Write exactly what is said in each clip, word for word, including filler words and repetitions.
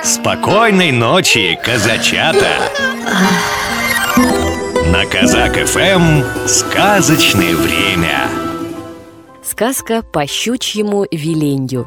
Спокойной ночи, казачата! На Казак эф эм сказочное время. Сказка по щучьему веленью.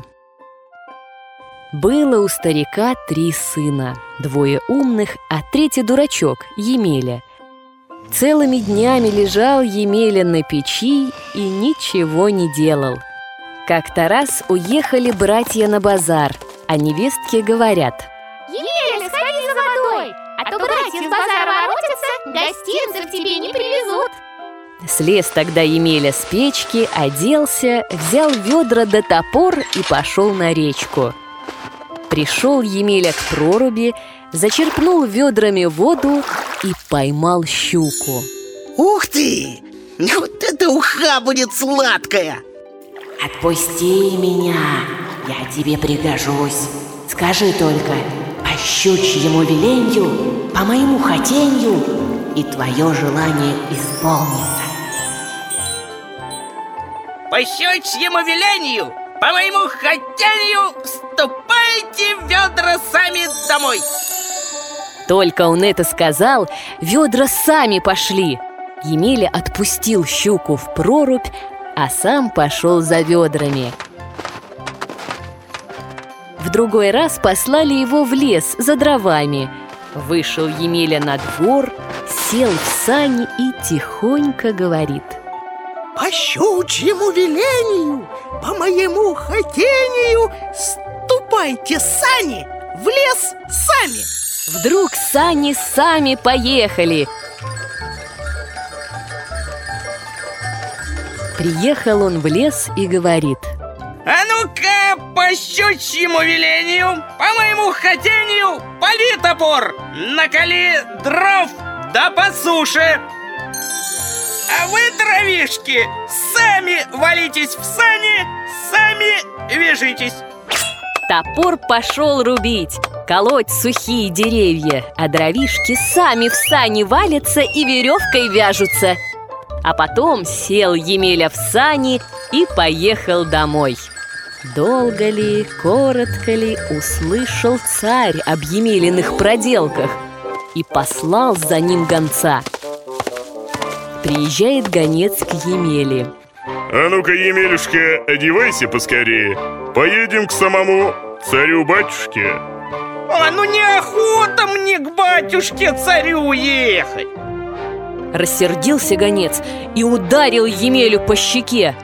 Было у старика три сына, двое умных, а третий дурачок, Емеля. Целыми днями лежал Емеля на печи и ничего не делал. Как-то раз уехали братья на базар, а невестки говорят: «Емеля, сходи за водой, а то братья с базара воротятся, гостинцев тебе не привезут». Слез тогда Емеля с печки, оделся, взял ведра да топор и пошел на речку. Пришел Емеля к проруби, зачерпнул ведрами воду и поймал щуку. Ух ты! Вот эта уха будет сладкая! Отпусти меня, я тебе пригожусь. Скажи только, по щучьему веленью, по моему хотенью, и твое желание исполнится. По щучьему велению, по моему хотению, ступайте ведра сами домой. Только он это сказал, ведра сами пошли. Емеля отпустил щуку в прорубь, а сам пошел за ведрами. В другой раз послали его в лес за дровами. Вышел Емеля на двор, сел в сани и тихонько говорит: по щучьему велению, по моему хотению, ступайте сани в лес сами. Вдруг сани сами поехали. Приехал он в лес и говорит: а ну-ка, по щучьему велению, по моему хотению, пали топор, накали дров, да по суше. А вы, дровишки, сами валитесь в сани, сами вяжитесь. Топор пошел рубить, колоть сухие деревья, а дровишки сами в сани валятся и веревкой вяжутся. А потом сел Емеля в сани и поехал домой. Долго ли, коротко ли, услышал царь об Емелиных проделках и послал за ним гонца. Приезжает гонец к Емеле. А ну-ка, Емелюшка, одевайся поскорее. Поедем к самому царю-батюшке. А ну неохота мне к батюшке-царю ехать. Рассердился гонец и ударил Емелю по щеке.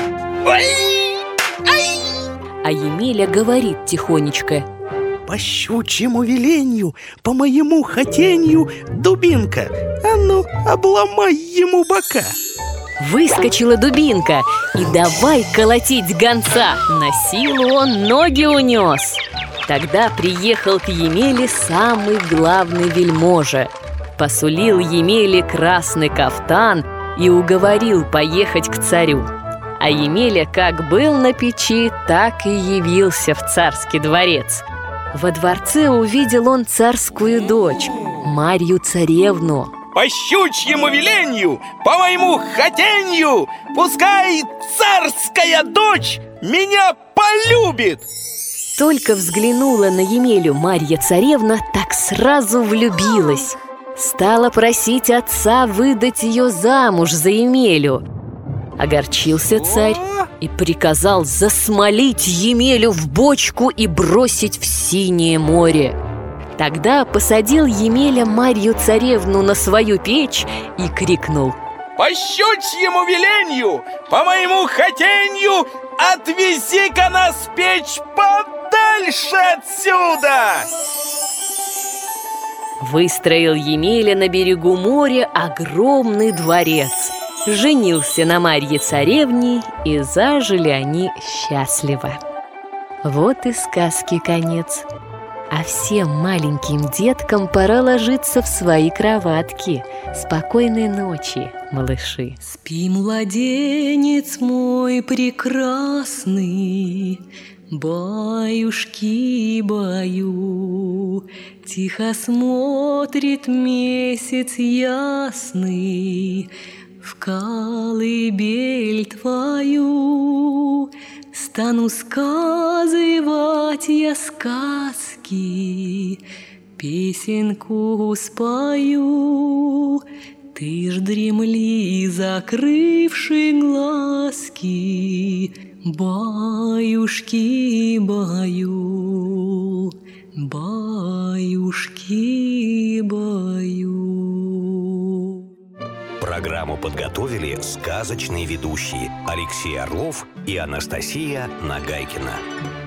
Ай! Ай! А Емеля говорит тихонечко: по щучьему веленью, по моему хотенью, дубинка, а ну, обломай ему бока. Выскочила дубинка и давай колотить гонца. На силу он ноги унес. Тогда приехал к Емеле самый главный вельможа. Посулил Емеле красный кафтан и уговорил поехать к царю. А Емеля как был на печи, так и явился в царский дворец. Во дворце увидел он царскую дочь, Марью царевну. По щучьему веленью, по моему хотенью, пускай царская дочь меня полюбит. Только взглянула на Емелю Марья царевна, так сразу влюбилась. Стала просить отца выдать ее замуж за Емелю. Огорчился царь и приказал засмолить Емелю в бочку и бросить в синее море. Тогда посадил Емеля Марью царевну на свою печь и крикнул: по щучьему веленью, по моему хотенью, отвези-ка нас печь подальше отсюда! Выстроил Емеля на берегу моря огромный дворец. Женился на Марье царевне, и зажили они счастливо. Вот и сказки конец. А всем маленьким деткам пора ложиться в свои кроватки. Спокойной ночи, малыши. Спи, младенец мой прекрасный, баюшки-баю, тихо смотрит месяц ясный в колыбель твою. стану сказывать я сказки, песенку спою. Ты ж дремли, закрывши глазки, баюшки, баю, баюшки, баю. Программу подготовили сказочные ведущие Алексей Орлов и Анастасия Нагайкина.